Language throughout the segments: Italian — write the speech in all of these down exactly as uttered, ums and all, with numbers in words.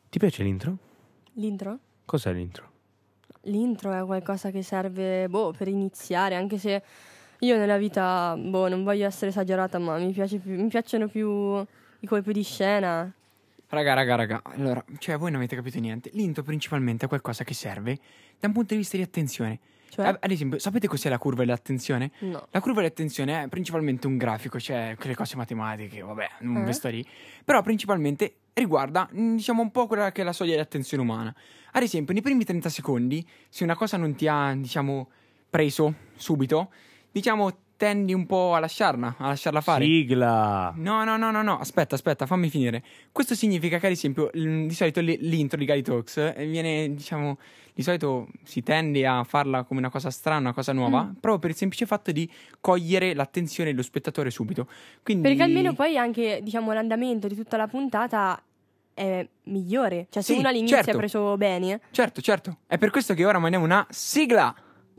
Ti piace l'intro? L'intro? Cos'è l'intro? L'intro è qualcosa che serve, boh, per iniziare, anche se io nella vita, boh, non voglio essere esagerata, ma mi, piace più, mi piacciono più i colpi di scena. Raga, raga, raga, allora, cioè voi non avete capito niente. L'intro principalmente è qualcosa che serve da un punto di vista di attenzione. Cioè? Ad ad esempio, sapete cos'è la curva dell'attenzione? No. La curva dell'attenzione è principalmente un grafico, cioè quelle cose matematiche, vabbè, non Eh? ve sto lì. Però principalmente riguarda, mh, diciamo, un po' quella che è la soglia di attenzione umana. Ad esempio, nei primi trenta secondi, se una cosa non ti ha, diciamo, preso subito, diciamo, tendi un po' a lasciarla, a lasciarla fare. Sigla! No, no, no, no, no, aspetta, aspetta, fammi finire. Questo significa che, ad esempio, l- di solito l- l'intro di Gali Talks eh, viene, diciamo, di solito si tende a farla come una cosa strana, una cosa nuova, Mm. proprio per il semplice fatto di cogliere l'attenzione dello spettatore subito. Quindi... Perché almeno poi anche, diciamo, l'andamento di tutta la puntata è migliore. Cioè, se Sì, uno all'inizio certo. è preso bene. Certo, certo, è per questo che ora mandiamo una sigla!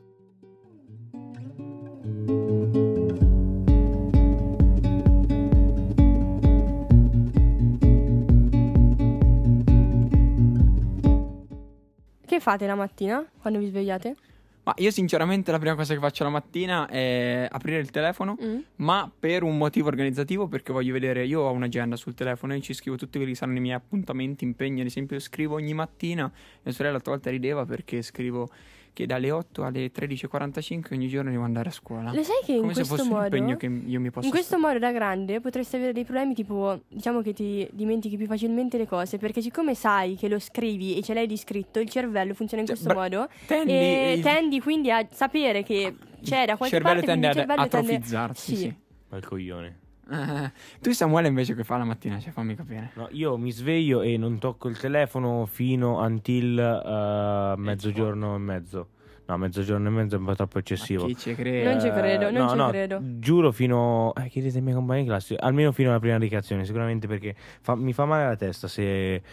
Che fate la mattina quando vi svegliate? Ma io sinceramente la prima cosa che faccio la mattina è aprire il telefono, Mm. ma per un motivo organizzativo, perché voglio vedere, io ho un'agenda sul telefono e ci scrivo tutti quelli che saranno i miei appuntamenti, impegni. Ad esempio scrivo ogni mattina, mia sorella l'altra volta rideva perché scrivo che dalle otto alle tredici e quarantacinque ogni giorno devo andare a scuola. Lo sai che in Come se questo fosse un modo, impegno che io mi posso in questo modo da grande potresti avere dei problemi, tipo, diciamo che ti dimentichi più facilmente le cose, perché siccome sai che lo scrivi e ce l'hai di scritto, il cervello funziona in Cioè, questo bra- modo tendi, e il- tendi quindi a sapere che c'è da il qualche cervello parte, tende quindi ad il cervello tende... atrofizzarsi, Sì. sì. Ma il coglione. Eh, tu Samuele invece che fa la mattina? Cioè fammi capire. No, io mi sveglio e non tocco il telefono fino until uh, mezzogiorno e mezzo. No, mezzogiorno e mezzo è un po' troppo eccessivo. Ma chi ci crede? Non ci credo, non no, ci no, credo. Giuro fino... Eh, chiedete ai miei compagni di classe. Almeno fino alla prima ricreazione, sicuramente, perché fa- mi fa male la testa se eh,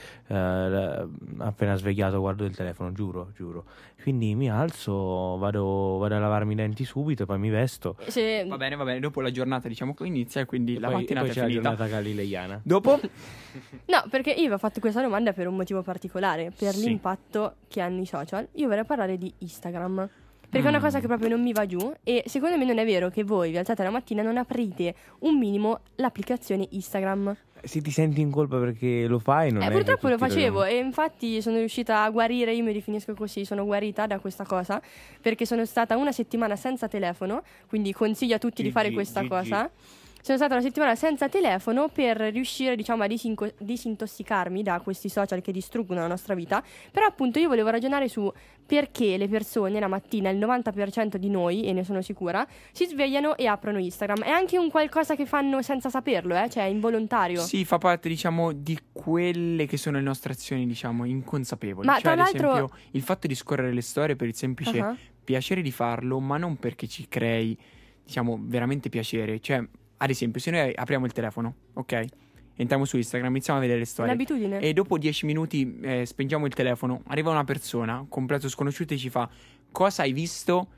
la- appena svegliato guardo il telefono, giuro, giuro. Quindi mi alzo, vado, vado a lavarmi i denti subito e poi mi vesto. Se... Va bene, va bene, dopo la giornata diciamo che inizia e quindi E la poi, e mattinata poi è c'è la finita. giornata galileiana. Dopo? No, perché io vi ho fatto questa domanda per un motivo particolare, per Sì. l'impatto che hanno i social. Io vorrei parlare di Instagram, perché è una Mm. cosa che proprio non mi va giù e secondo me non è vero che voi vi alzate la mattina e non aprite un minimo l'applicazione Instagram. Se ti senti in colpa perché lo fai, non Eh, è purtroppo che lo tutti facevo e infatti sono riuscita a guarire, io mi definisco così, sono guarita da questa cosa, perché sono stata una settimana senza telefono, quindi consiglio a tutti di G G, fare questa G G. cosa. Sono stata una settimana senza telefono per riuscire, diciamo, a disinco- disintossicarmi da questi social che distruggono la nostra vita. Però appunto io volevo ragionare su perché le persone la mattina, il novanta per cento di noi, e ne sono sicura, si svegliano e aprono Instagram. È anche un qualcosa che fanno senza saperlo, eh? Cioè involontario. Sì, fa parte diciamo di quelle che sono le nostre azioni diciamo inconsapevoli. Ma Cioè tra ad l'altro- esempio il fatto di scorrere le storie per il semplice Ah. piacere di farlo, ma non perché ci crei diciamo veramente piacere. Cioè ad esempio se noi apriamo il telefono, ok? Entriamo su Instagram, iniziamo a vedere le storie Un'abitudine. e dopo dieci minuti eh, spengiamo il telefono, arriva una persona completo sconosciuta e ci fa: cosa hai visto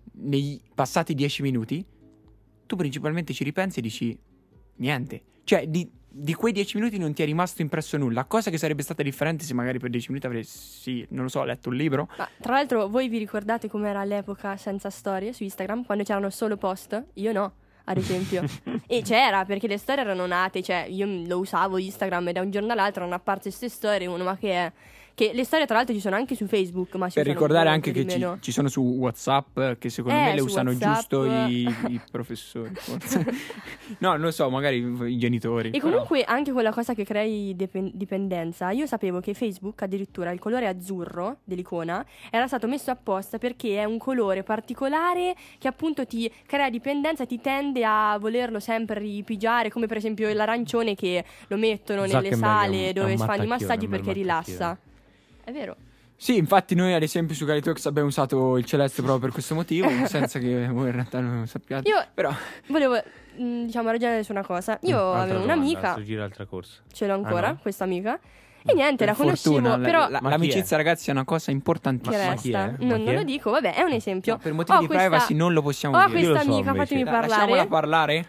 nei passati dieci minuti? Tu principalmente ci ripensi e dici niente. Cioè di, di quei dieci minuti non ti è rimasto impresso nulla, cosa che sarebbe stata differente se magari per dieci minuti avresti, non lo so, letto un libro. Ma tra l'altro voi vi ricordate com'era all'epoca senza storie su Instagram, quando c'erano solo post? Io no, ad esempio. E c'era, perché le storie erano nate, cioè io lo usavo Instagram e da un giorno all'altro erano apparse queste storie, uno ma che è... Che le storie tra l'altro ci sono anche su Facebook, ma si Per usano ricordare molto anche di che ci, meno. ci sono su WhatsApp, che secondo Eh, me le su usano WhatsApp. giusto i, i professori, forse. No, non lo so, magari i genitori. E però- comunque anche quella cosa che crei dipen- dipendenza, io sapevo che Facebook addirittura il colore azzurro dell'icona era stato messo apposta perché è un colore particolare che appunto ti crea dipendenza e ti tende a volerlo sempre ripigiare, come per esempio l'arancione che lo mettono nelle Zuckerberg sale è un- è dove un si fanno i mattacchione, massaggi un bel perché rilassa. mattacchione. È vero. Sì, infatti noi ad esempio su Gali Talks abbiamo usato il celeste proprio per questo motivo, senza che voi in realtà non lo sappiate. Io Però volevo, mh, diciamo, ragionare su una cosa. Io Mm, altra avevo domanda, un'amica, altro giro, altra corsa. ce l'ho ancora, Ah, no? questa amica, e niente, per la conoscevo, fortuna, la- però... la- Ma chi l'amicizia è? ragazzi è una cosa che importantissima. ma chi resta? è? Ma Non, chi non è? lo dico, vabbè, è un esempio. No, per motivi Ho di questa- privacy non lo possiamo Ho dire. Io questa lo so, amica, invece. fatemi Lasciamola parlare. parlare. Eh.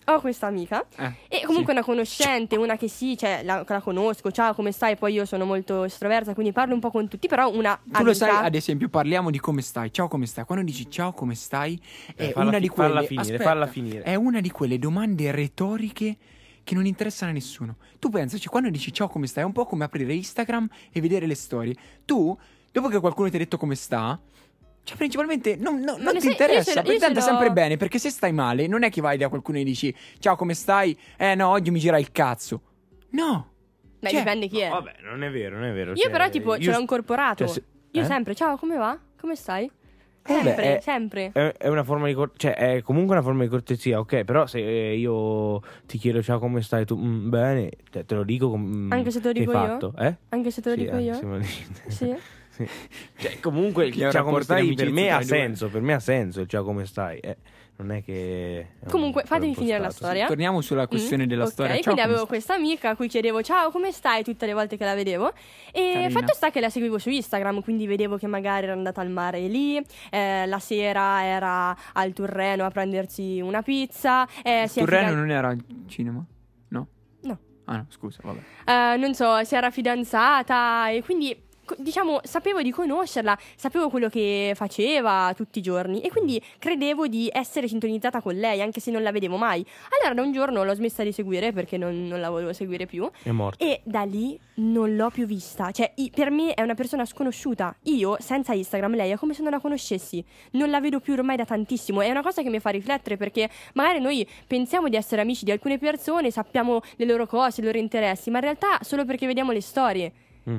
ho questa amica Eh, e comunque sì. una conoscente, una che sì, cioè la, la conosco, ciao come stai, poi io sono molto estroversa quindi parlo un po' con tutti, però una Tu amica... lo sai, ad esempio, parliamo di come stai. Ciao, come stai? Quando dici ciao, come stai? È Eh, falla una fi- di quelle. falla finire, Aspetta, falla finire. È una di quelle domande retoriche che non interessano a nessuno. Tu pensaci, quando dici ciao, come stai? È un po' come aprire Instagram e vedere le storie. Tu, dopo che qualcuno ti ha detto come sta, cioè, principalmente non, no- non ne ti sai- io interessa. ce l'ho- Perché io ce tanto è l'ho- sempre bene. Perché se stai male, non è che vai da qualcuno e dici ciao, come stai? Eh no, oggi mi gira il cazzo. No. Beh, Cioè, dipende chi è. Vabbè, non è vero, non è vero. Io cioè, però tipo ce io- l'ho incorporato. cioè, se- Io eh? sempre, ciao, come va? Come stai? Eh, Sempre, beh, è- sempre. È, è una forma di cor- cioè è comunque una forma di cortesia, ok, però se io ti chiedo ciao come stai tu, "Mm, bene, te, te lo dico com- Anche se te lo che hai dico io? fatto, eh? Anche se te lo Sì, dico anche io? se me lo dici. Sì. Sì. Cioè, comunque il Che è un ciao come rapporto di stai per amicizia me ha tra i due. senso, per me ha senso il ciao come stai, eh, non è che è un- Comunque, è fatemi un finire la impostato, storia. Torniamo sulla questione Mm, della ok, storia. Ciao, quindi come avevo stai? questa amica a cui chiedevo ciao come stai tutte le volte che la vedevo e Carina. fatto sta che la seguivo su Instagram, quindi vedevo che magari era andata al mare lì, eh, la sera era al Turreno a prendersi una pizza, eh, si è Turreno fidan- non era al cinema? No? No. Ah no, scusa, vabbè. eh, non so, si era fidanzata e quindi co- diciamo sapevo di conoscerla, sapevo quello che faceva tutti i giorni e quindi credevo di essere sintonizzata con lei anche se non la vedevo mai. Allora da un giorno l'ho smessa di seguire perché non, non la volevo seguire più È morto. e da lì non l'ho più vista. Cioè i- per me è una persona sconosciuta. Io senza Instagram lei è come se non la conoscessi. Non la vedo più ormai da tantissimo. È una cosa che mi fa riflettere perché magari noi pensiamo di essere amici di alcune persone, sappiamo le loro cose, i loro interessi, ma in realtà solo perché vediamo le storie. Mm.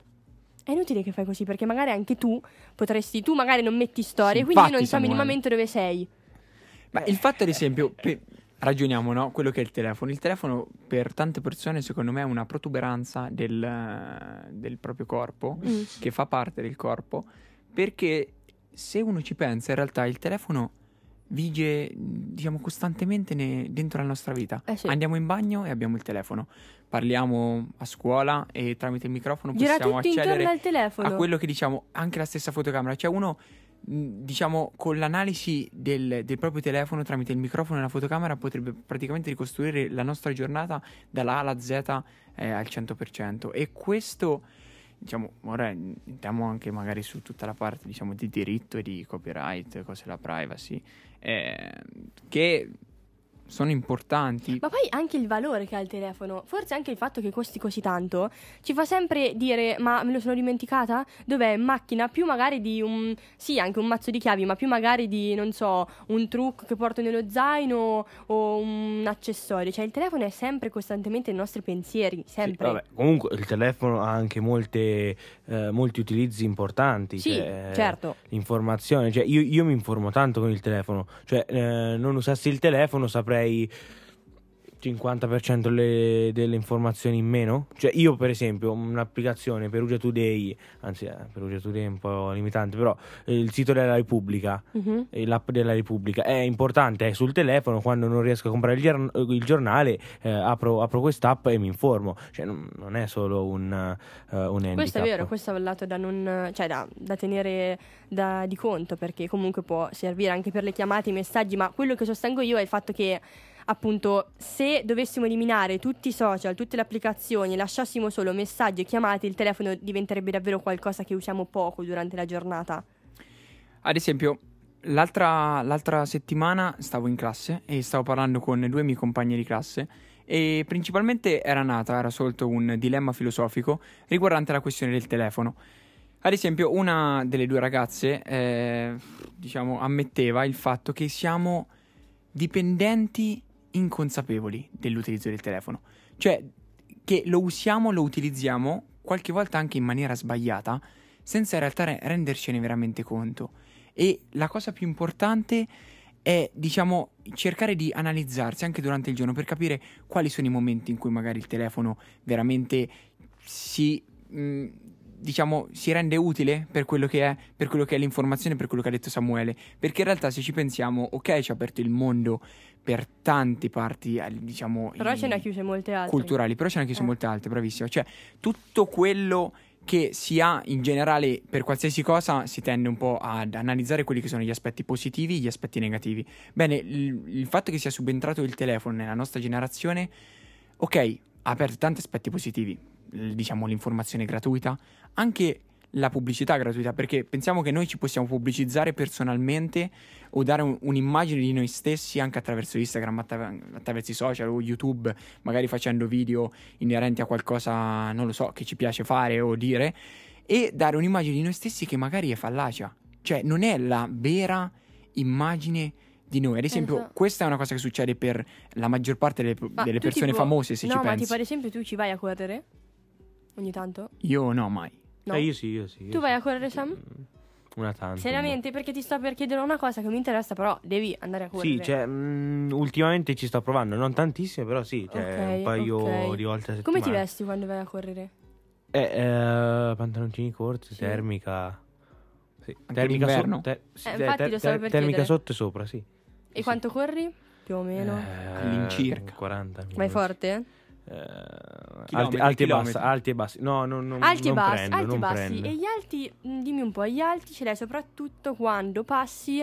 È inutile che fai così perché magari anche tu potresti, tu magari non metti storie, Sì, quindi io infatti, non so Samuele. minimamente dove sei. Ma il fatto, ad esempio, pe- ragioniamo, no? Quello che è il telefono. Il telefono per tante persone, secondo me, è una protuberanza del, del proprio corpo, Mm. che fa parte del corpo, perché se uno ci pensa, in realtà il telefono vige, diciamo, costantemente ne- dentro la nostra vita. Eh sì. Andiamo in bagno e abbiamo il telefono. Parliamo a scuola e tramite il microfono Gira possiamo tutto accedere intorno al telefono. a quello che diciamo, anche la stessa fotocamera. Cioè uno, mh, diciamo, con l'analisi del, del proprio telefono tramite il microfono e la fotocamera potrebbe praticamente ricostruire la nostra giornata dalla A alla Z eh, al cento per cento. E questo, diciamo, ora andiamo anche magari su tutta la parte, diciamo, di diritto e di copyright, cose della privacy, eh, che sono importanti. Ma poi anche il valore che ha il telefono, forse anche il fatto che costi così tanto, ci fa sempre dire ma me lo sono dimenticata? Dov'è? In macchina? Più magari di un, sì anche un mazzo di chiavi, ma più magari di, non so, un trucco che porto nello zaino o un accessorio. Cioè il telefono è sempre costantemente nei nostri pensieri, Sì, sempre. vabbè, comunque il telefono ha anche molte, eh, molti utilizzi importanti. Sì, cioè, eh, certo. L'informazione, cioè io, io mi informo tanto con il telefono, cioè eh, non usassi il telefono saprei cinquanta per cento le- delle informazioni in meno. Cioè io per esempio un'applicazione Perugia Today, anzi eh, Perugia Today è un po' limitante, però eh, il sito della Repubblica, Mhm. eh, l'app della Repubblica è importante, è sul telefono, quando non riesco a comprare il, giorn- il giornale eh, apro, apro quest'app e mi informo, cioè non, non è solo un, eh, un handicap. Questo è vero, questo è un lato da non, cioè da, da tenere da- di conto, perché comunque può servire anche per le chiamate, i messaggi, ma quello che sostengo io è il fatto che appunto se dovessimo eliminare tutti i social, tutte le applicazioni, lasciassimo solo messaggi e chiamate, il telefono diventerebbe davvero qualcosa che usiamo poco durante la giornata. Ad esempio, l'altra, l'altra settimana stavo in classe e stavo parlando con due miei compagni di classe e principalmente era nata, era sorto un dilemma filosofico riguardante la questione del telefono. Ad esempio, una delle due ragazze, eh, diciamo, ammetteva il fatto che siamo dipendenti inconsapevoli dell'utilizzo del telefono. Cioè, che lo usiamo, lo utilizziamo, qualche volta anche in maniera sbagliata, senza in realtà re- rendercene veramente conto. E la cosa più importante è, diciamo, cercare di analizzarsi anche durante il giorno per capire quali sono i momenti in cui magari il telefono veramente si, mh, diciamo, si rende utile per quello che è, per quello che è l'informazione, per quello che ha detto Samuele. Perché in realtà se ci pensiamo, ok, ci ha aperto il mondo per tante parti, eh, diciamo, Però i- ce ne ha chiuse molte altre. culturali, però ce n'è anche su Eh. molte altre, bravissima. Cioè, tutto quello che si ha in generale per qualsiasi cosa, si tende un po' ad analizzare quelli che sono gli aspetti positivi e gli aspetti negativi. Bene, il, il fatto che sia subentrato il telefono nella nostra generazione, ok, ha aperto tanti aspetti positivi, diciamo l'informazione gratuita, anche la pubblicità gratuita, perché pensiamo che noi ci possiamo pubblicizzare personalmente o dare un, un'immagine di noi stessi anche attraverso Instagram, attraver- attraverso i social o YouTube, magari facendo video inerenti a qualcosa, non lo so, che ci piace fare o dire, e dare un'immagine di noi stessi che magari è fallacia, cioè non è la vera immagine di noi. Ad esempio, Esatto. questa è una cosa che succede per la maggior parte delle, Ma delle tu persone tipo- famose, se no, ci ma pensi. tipo ad esempio tu ci vai a correre? Ogni tanto? Io no, mai. No. Eh, io sì, io sì. io Tu sì. vai a correre, Sam? Una tanto. Seriamente, perché ti sto per chiedere una cosa che mi interessa, però devi andare a correre. Sì, cioè, mh, ultimamente ci sto provando, non tantissimo, però sì, cioè, Ok, un paio ok. di volte a settimana. Come ti vesti quando vai a correre? Eh, eh, pantaloncini corti, Sì. termica. Sì. Anche Termica d'inverno? sotto, te- sì, Eh, te- infatti te- lo stavo te- per termica chiedere. sotto e sopra, sì. E quanto corri? Più o meno. Eh, All'incirca. quaranta Vai minuti. forte? Eh, alti, Chilometri, alti e chilometri. bassi, alti e bassi. No, no, no, Alti e non bassi, prendo, alti e non bassi. prendo. E gli alti, mh, dimmi un po', gli alti ce l'hai soprattutto quando passi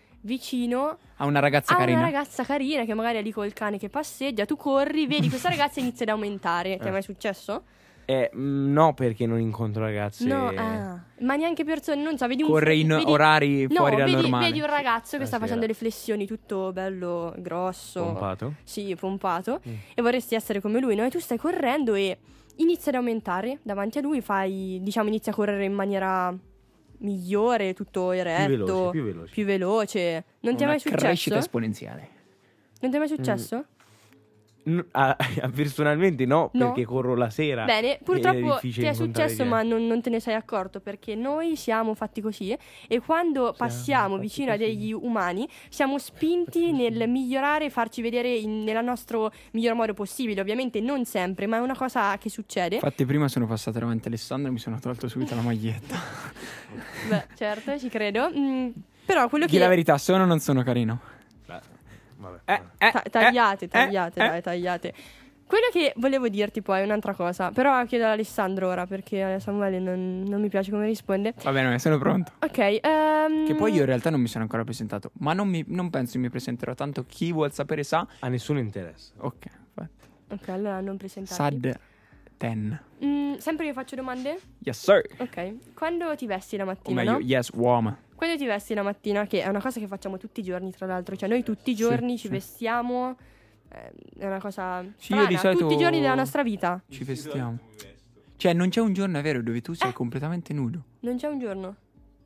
vicino Ha una ragazza a carina. una ragazza carina che magari è lì col cane che passeggia, tu corri, vedi questa ragazza e inizia ad aumentare. Ti è Eh. mai successo? Eh, mh, no, perché non incontro ragazze. No, ah. Ma neanche persone, non so, vedi un Corre in vedi- orari No, fuori dal vedi, normale. vedi un ragazzo che La sta sera. facendo le flessioni tutto bello grosso. Pompato. Sì, pompato. Mm. E vorresti essere come lui, no? E tu stai correndo e inizia ad aumentare davanti a lui, fai, diciamo, inizia a correre in maniera migliore, tutto eretto, Più veloce, più veloce. più veloce. Non ti è Una mai crescita successo? esponenziale. Non ti è mai successo? N- ah, personalmente no, No. perché corro la sera. Bene, È purtroppo difficile ti è incontrare successo, chi è. ma non, non te ne sei accorto perché noi siamo fatti così e quando passiamo fatti vicino a così. degli umani siamo spinti nel migliorare e farci vedere in, nel nostro miglior modo possibile. Ovviamente non sempre, ma è una cosa che succede. Infatti prima sono passato davanti a Alessandro e mi sono tolto subito la maglietta. Beh, certo, ci credo. Mm, però quello Di che... la verità, sono o non sono carino? Beh, vabbè, Eh, vabbè. eh, Ta- tagliate, eh, tagliate, eh, dai, tagliate. Quello che volevo dirti poi è un'altra cosa, però chiedo ad Alessandro ora perché a Samuele non, non mi piace come risponde. Va bene, sono pronto. Ok, ehm... Che poi io in realtà non mi sono ancora presentato. Ma non, mi, non penso mi presenterò, tanto chi vuol sapere sa. A nessuno interessa. Ok, infatti. Ok, allora non presentarti. Sad dieci. Mm, sempre io faccio domande? Yes, sir. Ok. Quando ti vesti la O mattina, meglio, no? yes, uomo. Quando ti vesti la mattina, che è una cosa che facciamo tutti i giorni, tra l'altro. Cioè, noi tutti i giorni Sì, ci sì. vestiamo. eh, È una cosa Sì, strana. io di solito- Tutti i giorni della nostra vita. Ci vestiamo. Cioè, non c'è un giorno, è vero, dove tu sei completamente nudo. Non c'è un giorno.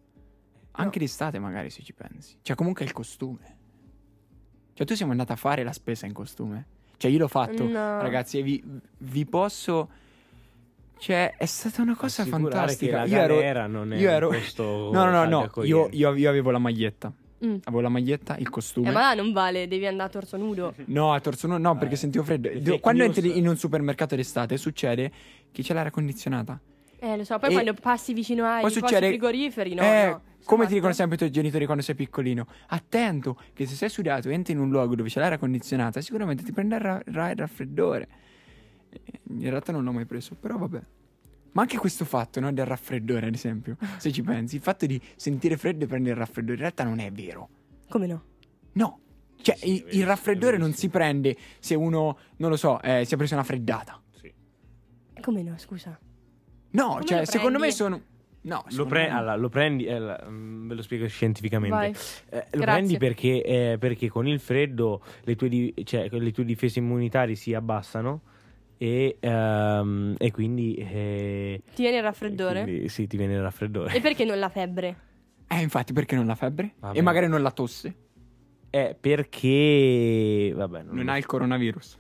Anche d'estate, magari, se ci pensi. Cioè, comunque è il costume. Cioè, tu siamo andati a fare la spesa in costume. Cioè, io l'ho fatto, No. ragazzi, e vi, vi posso. Cioè, è stata una cosa Assicurare fantastica. che io la ero. galera non è io ero. questo No, no, no, caldo no. Io, accogliente. io, io avevo la maglietta. Mm. Avevo la maglietta, il costume. Eh, ma là non vale, devi andare a torso nudo. No, a torso nudo, no, perché Eh, sentivo freddo. le Do- fake Quando news- entri in un supermercato d'estate, succede che c'è l'aria condizionata. Eh, lo so. Poi E- quando passi vicino ai Poi posti succede- frigoriferi, no? eh, no. come Esatto. ti dicono sempre i tuoi genitori quando sei piccolino? Attento, che se sei sudato e entri in un luogo dove c'è l'aria condizionata, sicuramente ti prende il, ra- ra- il raffreddore. Eh, In realtà non l'ho mai preso, però vabbè. Ma anche questo fatto, no, del raffreddore, ad esempio, se ci pensi, il fatto di sentire freddo e prendere il raffreddore, in realtà non è vero. Come no? No. Cioè, Sì, il, è il verissimo, raffreddore è non si verissimo. prende se uno, non lo so, eh, si è preso una freddata. Sì. Come no, scusa. No, Come cioè, lo secondo me prendi? sono. No, Lo, secondo pre- me- allora, lo prendi, eh, la- mm, ve lo spiego scientificamente. Vai. Eh, lo Grazie. prendi perché, eh, perché con il freddo le tue, di- cioè, le tue difese immunitarie si abbassano e, ehm, e quindi, eh, Ti viene il raffreddore? quindi sì, ti viene il raffreddore. E perché non la febbre? Eh, infatti, perché non la febbre? Vabbè. E magari non la tosse. Eh, perché vabbè, non, Non lo ha il coronavirus.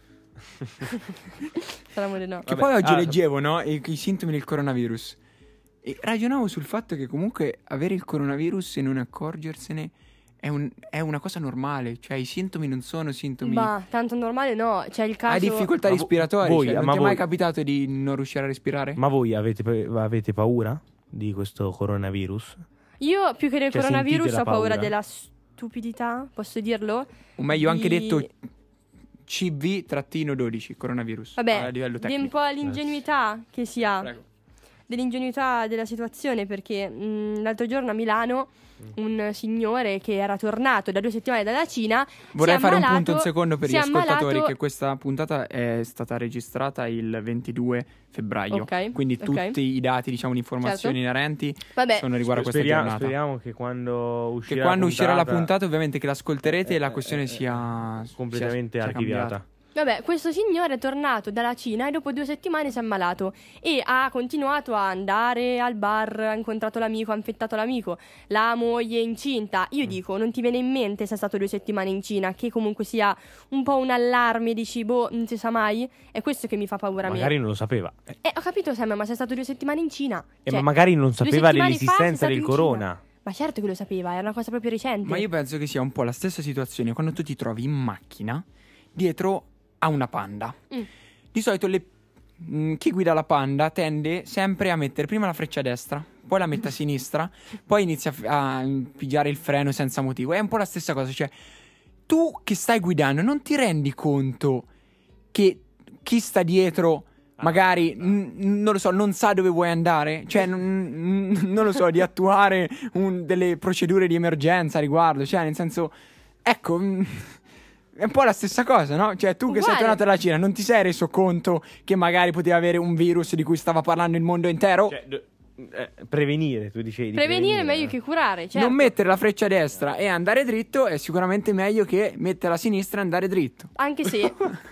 Sarà amore no. Che Vabbè, poi oggi ah, leggevo, no? I, i sintomi del coronavirus. E ragionavo sul fatto che comunque avere il coronavirus e non accorgersene è, un- è una cosa normale. Cioè, i sintomi non sono sintomi. Ma tanto normale no, c'è il caso. Hai difficoltà Ma vo- respiratorie? voi- Cioè, non ma ti è mai voi- capitato di non riuscire a respirare? Ma voi avete, avete paura di questo coronavirus? Io più che del Cioè, coronavirus sentite ho la paura paura? della stupidità, posso dirlo? O meglio, anche Di- detto C V dodici, coronavirus. Vabbè, a livello di un tecnico. po' l'ingenuità che si ha. Prego. dell'ingenuità della situazione, perché mh, l'altro giorno a Milano un signore che era tornato da due settimane dalla Cina Vorrei si è fare un ammalato- punto un secondo per si gli è ascoltatori ammalato- che questa puntata è stata registrata il ventidue febbraio. Ok, Quindi ok. tutti i dati, diciamo, le informazioni Certo. inerenti Vabbè, sono riguardo a questa Speriamo, giornata. speriamo che quando uscirà Che quando la uscirà la puntata, puntata, ovviamente che l'ascolterete e la eh, questione eh, sia completamente sia- sia archiviata. cambiata. Vabbè, questo signore è tornato dalla Cina e dopo due settimane si è ammalato e ha continuato a andare al bar, ha incontrato l'amico, ha infettato l'amico, la moglie è incinta. Io dico, non ti viene in mente se è stato due settimane in Cina, che comunque sia un po' un allarme, dici, boh, non si sa mai? È questo che mi fa paura a me. Magari non lo sapeva. Eh, ho capito, Sam, ma sei stato due settimane in Cina. Eh, Cioè, ma magari non due sapeva settimane fa sei dell'esistenza stato del in corona. Cina. Ma certo che lo sapeva, era una cosa proprio recente. Ma io penso che sia un po' la stessa situazione quando tu ti trovi in macchina dietro a una Panda. Mm. Di solito le- mh, chi guida la Panda tende sempre a mettere prima la freccia a destra, poi la mette a sinistra, poi inizia a, f- a pigiare il freno senza motivo. È un po' la stessa cosa, cioè tu che stai guidando non ti rendi conto che chi sta dietro magari n- non lo so, non sa dove vuoi andare, cioè n- n- non lo so, di attuare un- delle procedure di emergenza a riguardo, cioè nel senso, ecco, mh, è un po' la stessa cosa, no? Cioè tu che sei Uguale. tornato dalla Cina non ti sei reso conto che magari poteva avere un virus di cui stava parlando il mondo intero? Cioè, d- eh, prevenire, tu dicevi. di Prevenire è meglio eh. che curare, certo. Non mettere la freccia a destra e andare dritto è sicuramente meglio che metterla a sinistra e andare dritto. Anche se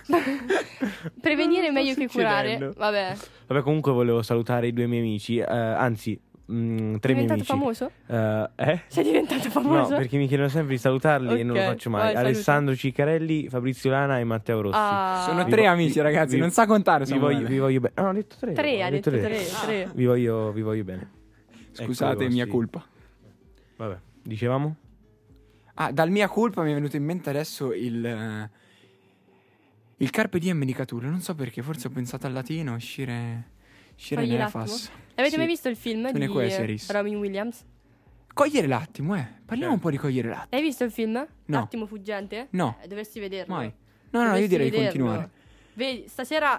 prevenire è meglio che curare. succedendo? Vabbè, Vabbè, comunque volevo salutare i due miei amici, eh, anzi, mh, tre sei miei diventato amici. famoso? Eh, eh? Sei diventato No, famoso? perché mi chiedono sempre di salutarli e non lo Ok, faccio mai. vai, saluta. Alessandro Ciccarelli, Fabrizio Lana e Matteo Rossi. Ah, Sono Vi tre vo- amici, vi- ragazzi, vi- non sa contare. Vi Samuele. voglio, vi voglio bene. No, ho detto tre. tre, ho ha detto detto tre, tre. Vi voglio, vi voglio bene. Scusate, Ecco i mia vostri- colpa. Vabbè, dicevamo? Ah, dal mia colpa mi è venuto in mente adesso il eh, il Carpe Diem di Cthulhu. Non so perché, forse ho pensato al latino, uscire uscire Fagli nefas. Avete Sì. mai visto il film Sono di quei eh, series. Robin Williams? Cogliere l'attimo, eh. Parliamo Certo. un po' di cogliere l'attimo. Hai visto il film? No. L'attimo fuggente? No. Eh, dovresti vederlo. Mai. No, no, io Dovresti direi di vederlo. continuare. Vedi, stasera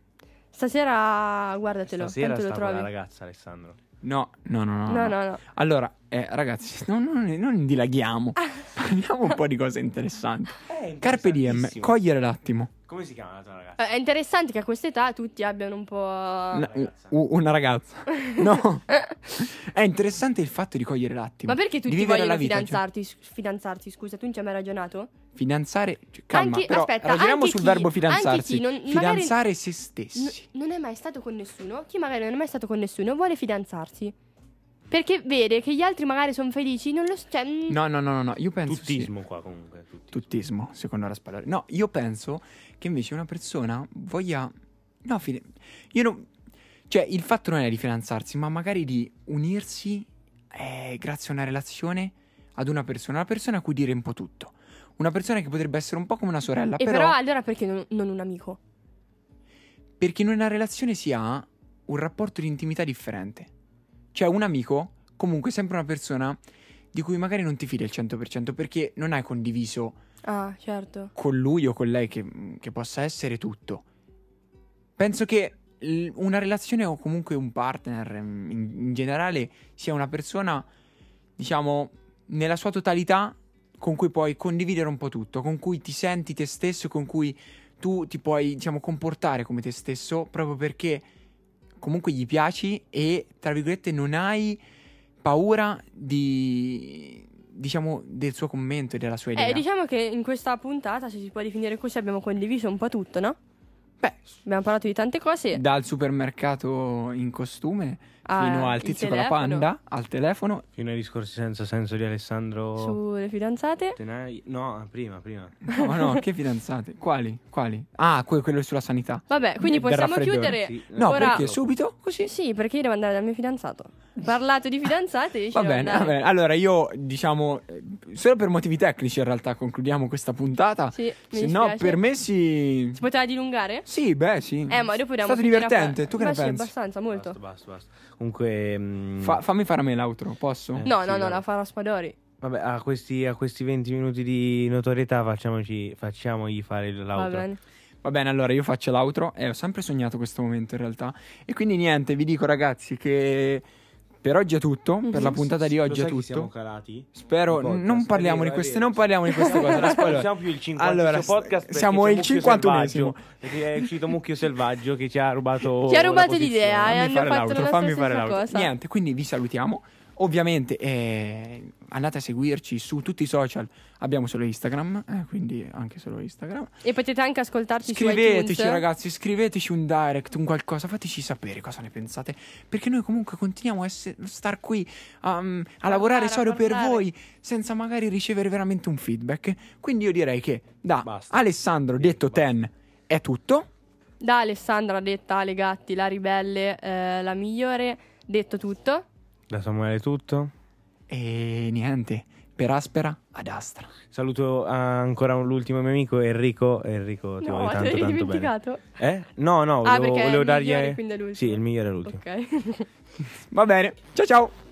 Stasera guardatelo, Stasera tanto lo sta con la trovi. ragazza, Alessandro. No, no, no, no. No, no, no. Allora, eh, ragazzi, non, non, non dilaghiamo. Parliamo un po' di cose interessanti. Carpe Diem, cogliere l'attimo. Come si chiama la tua ragazza? Eh, È interessante che a questa età tutti abbiano un po'. Una, u- una ragazza. No. È interessante il fatto di cogliere l'attimo. Ma perché di tutti vivere vogliono la vita, cioè, fidanzarti, fidanzarti? Scusa, tu non ci hai mai ragionato? fidanzare, cioè, calma, Anche- però aspetta, ragioniamo anche sul chi- verbo anche fidanzarsi. chi non- magari- Fidanzare se N- stessi. non è mai stato con nessuno. Chi magari non è mai stato con nessuno vuole fidanzarsi. Perché vede che gli altri magari sono felici. Non lo so. Cioè, mm, No, no, no, no, no, io penso sì. Tuttismo qua comunque. Tuttismo. Tuttismo, secondo Raspadori. No, io penso che invece una persona voglia. No, fine. Io non. Cioè, il fatto non è di fidanzarsi, ma magari di unirsi eh, grazie a una relazione ad una persona. Una persona a cui dire un po' tutto. Una persona che potrebbe essere un po' come una sorella. E però, però allora perché non, non un amico? perché in una relazione si ha un rapporto di intimità differente. Cioè, un amico, comunque, è sempre una persona di cui magari non ti fidi al cento per cento perché non hai condiviso Ah, certo. con lui o con lei che, che possa essere tutto. Penso che l- una relazione o comunque un partner in, in generale sia una persona, diciamo, nella sua totalità con cui puoi condividere un po' tutto, con cui ti senti te stesso, con cui tu ti puoi, diciamo, comportare come te stesso proprio perché comunque gli piaci e, tra virgolette, non hai paura di, diciamo, del suo commento e della sua idea. Eh, diciamo che in questa puntata, se si può definire così, abbiamo condiviso un po' tutto, no? Beh, Abbiamo parlato di tante cose. dal supermercato in costume Ah, fino al il tizio con la telefono. panda, al telefono. Fino ai discorsi senza senso di Alessandro Sulle fidanzate. Tenai. No, prima, prima. No, no, che fidanzate? Quali? Quali? Ah, que- quello sulla sanità. Vabbè, quindi Del possiamo raffreddore. chiudere. Sì. No, Ora- perché subito? Così. Sì, perché io devo andare dal mio fidanzato. Parlato di fidanzate, io ci Va devo bene, andare. va bene. Allora io, diciamo, eh, solo per motivi tecnici in realtà concludiamo questa puntata. Sì, mi Se no, dispiace. per me si... Si poteva dilungare? Sì, beh, sì. Eh, ma dopo È diamo stato tutti una divertente. pa- Tu che ma ne sì, pensi? abbastanza, molto. Basta, basta, basta. Comunque. mm, Fa- fammi fare a me l'outro, posso? Eh. No, sì, no, no, vabbè. la farà Spadori. Vabbè, a questi, a questi venti minuti di notorietà facciamoci, facciamogli fare Va l'outro. bene. Va bene, allora io faccio l'outro e ho sempre sognato questo momento in realtà. E quindi niente, vi dico ragazzi che per oggi è tutto, per la puntata di oggi Lo è sai che siamo tutto. calati? Spero, Il podcast, non parliamo è di vero, queste, è vero. non parliamo di queste cose. Non spoiler. siamo più il cinquantesimo Allora, podcast perché siamo c'è il Mucchio cinquantunesimo. Selvaggio, perché è uscito Mucchio Selvaggio che ci ha rubato Ci ha la rubato posizione. l'idea, eh. Fammi hanno fare fatto l'outro, la fammi nostra fare stessa l'outro. cosa. Niente, quindi vi salutiamo. Ovviamente eh, andate a seguirci su tutti i social. Abbiamo solo Instagram, eh, quindi anche solo Instagram. E potete anche ascoltarci su Scriveteci iTunes. ragazzi, scriveteci un direct, un qualcosa, fateci sapere cosa ne pensate, perché noi comunque continuiamo a essere, star qui um, a lavorare a solo per parlare. voi senza magari ricevere veramente un feedback. Quindi io direi che da Basta. Alessandro detto Ten è tutto. Da Alessandra detta Ale Gatti, la ribelle, eh, la migliore, detto tutto. Da Samuele è tutto. E niente, per aspera ad astra. Saluto ancora l'ultimo mio amico Enrico. Enrico, ti No, voglio te tanto l'avevi tanto dimenticato? bene. Eh? No, no, Ah, volevo, perché è volevo il dargli migliore, quindi è l'ultimo. Sì, il migliore è l'ultimo. Ok. Va bene, ciao ciao.